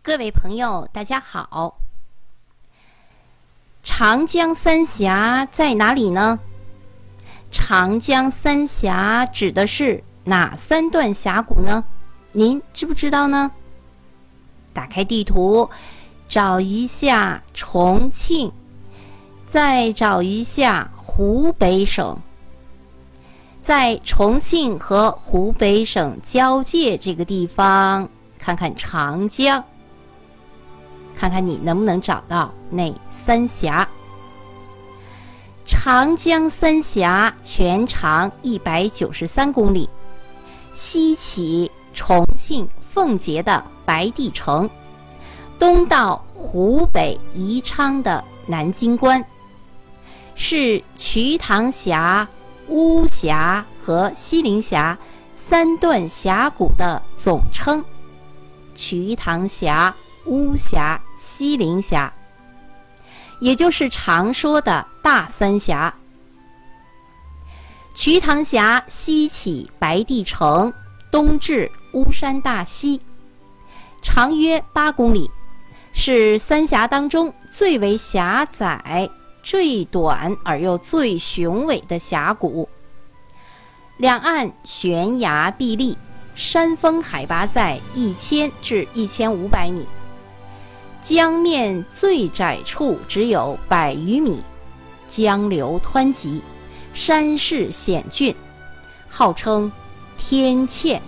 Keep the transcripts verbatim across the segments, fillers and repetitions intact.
各位朋友，大家好。长江三峡在哪里呢？长江三峡指的是哪三段峡谷呢？您知不知道呢？打开地图，找一下重庆，再找一下湖北省。在重庆和湖北省交界这个地方，看看长江，看看你能不能找到那三峡。长江三峡全长一百九十三公里，西起重庆奉节的白帝城，东到湖北宜昌的南京关，是瞿塘峡、巫峡和西陵峡三段峡谷的总称。瞿塘峡、巫峡、西陵峡，也就是常说的大三峡。瞿塘峡西起白帝城，东至巫山大溪，长约八公里，是三峡当中最为狭窄、最短而又最雄伟的峡谷。两岸悬崖壁立，山峰海拔在一千至一千五百米，江面最窄处只有百余米，江流湍急，山势险峻，号称天堑。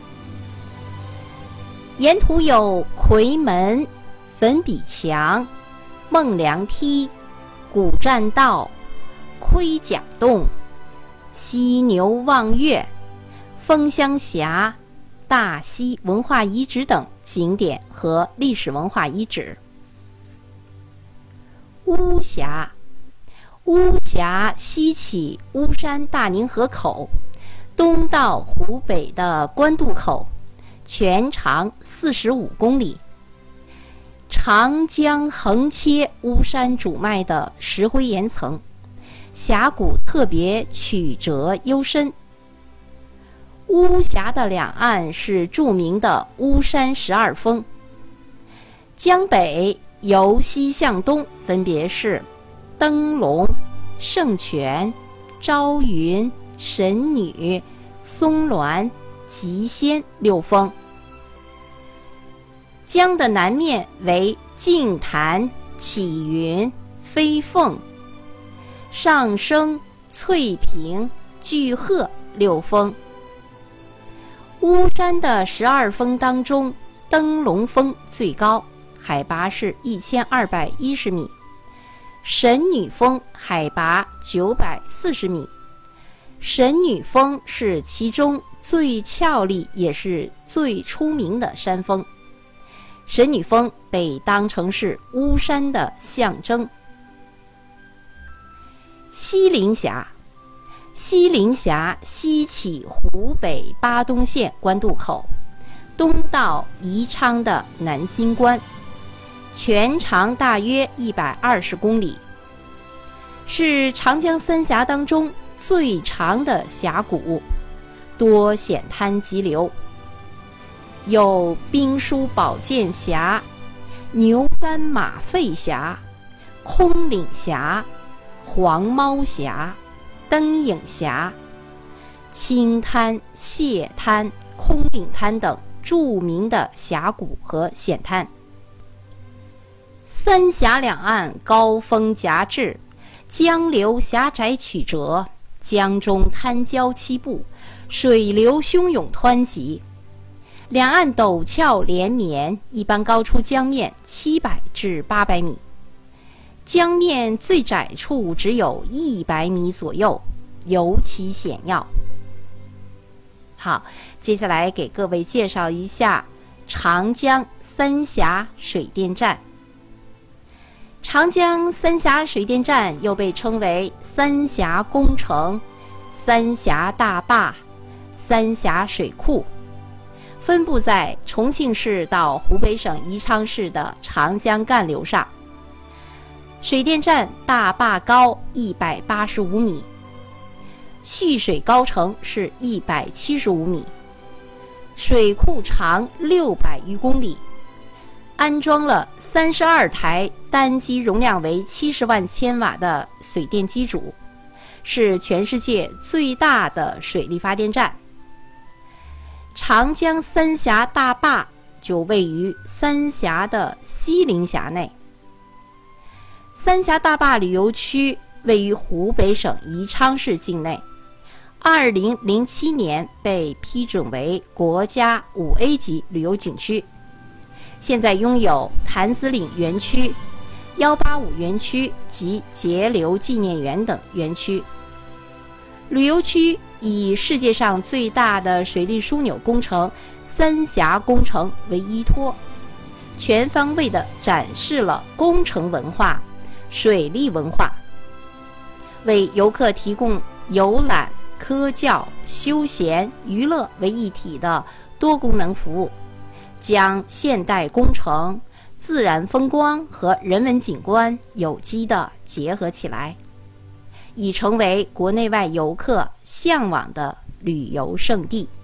沿途有夔门、粉笔墙、孟良梯、古栈道、盔甲洞、犀牛望月、枫香峡、大溪文化遗址等景点和历史文化遗址。巫峡，巫峡西起巫山大宁河口，东到湖北的官渡口，全长四十五公里。长江横切巫山主脉的石灰岩层，峡谷特别曲折幽深。巫峡的两岸是著名的巫山十二峰，江北由西向东分别是灯笼、圣泉、朝云、神女、松峦、极仙六峰。江的南面为净坛、启云、飞凤、上升、翠屏、巨壑六峰。巫山的十二峰当中，灯笼峰最高，海拔是一千二百一十米，神女峰海拔九百四十米。神女峰是其中最俏丽也是最出名的山峰，神女峰被当成是巫山的象征。西陵峡，西陵峡西起湖北巴东县官渡口，东到宜昌的南京关，全长大约一百二十公里，是长江三峡当中最长的峡谷，多险滩急流，有兵书宝剑峡、牛肝马肺峡、空岭峡、黄猫峡、灯影峡、青滩、蟹滩、空岭滩等著名的峡谷和险滩。三峡两岸高峰夹峙，江流狭窄曲折，江中滩礁七步，水流汹涌湍急，两岸陡峭连绵，一般高出江面七百至八百米，江面最窄处只有一百米左右，尤其险要。好，接下来给各位介绍一下长江三峡水电站。长江三峡水电站又被称为三峡工程、三峡大坝、三峡水库，分布在重庆市到湖北省宜昌市的长江干流上。水电站大坝高一百八十五米，蓄水高程是一百七十五米，水库长六百余公里， 安装了三十二台单机容量为七十万千瓦的水电机组，是全世界最大的水力发电站。长江三峡大坝就位于三峡的西陵峡内。三峡大坝旅游区位于湖北省宜昌市境内，二零零七年被批准为国家 五 A 级旅游景区，现在拥有潭子岭园区、一八五园区及节流纪念园等园区。旅游区以世界上最大的水利枢纽工程三峡工程为依托，全方位地展示了工程文化、水利文化，为游客提供游览、科教、休闲、娱乐为一体的多功能服务，将现代工程、自然风光和人文景观有机地结合起来，已成为国内外游客向往的旅游胜地。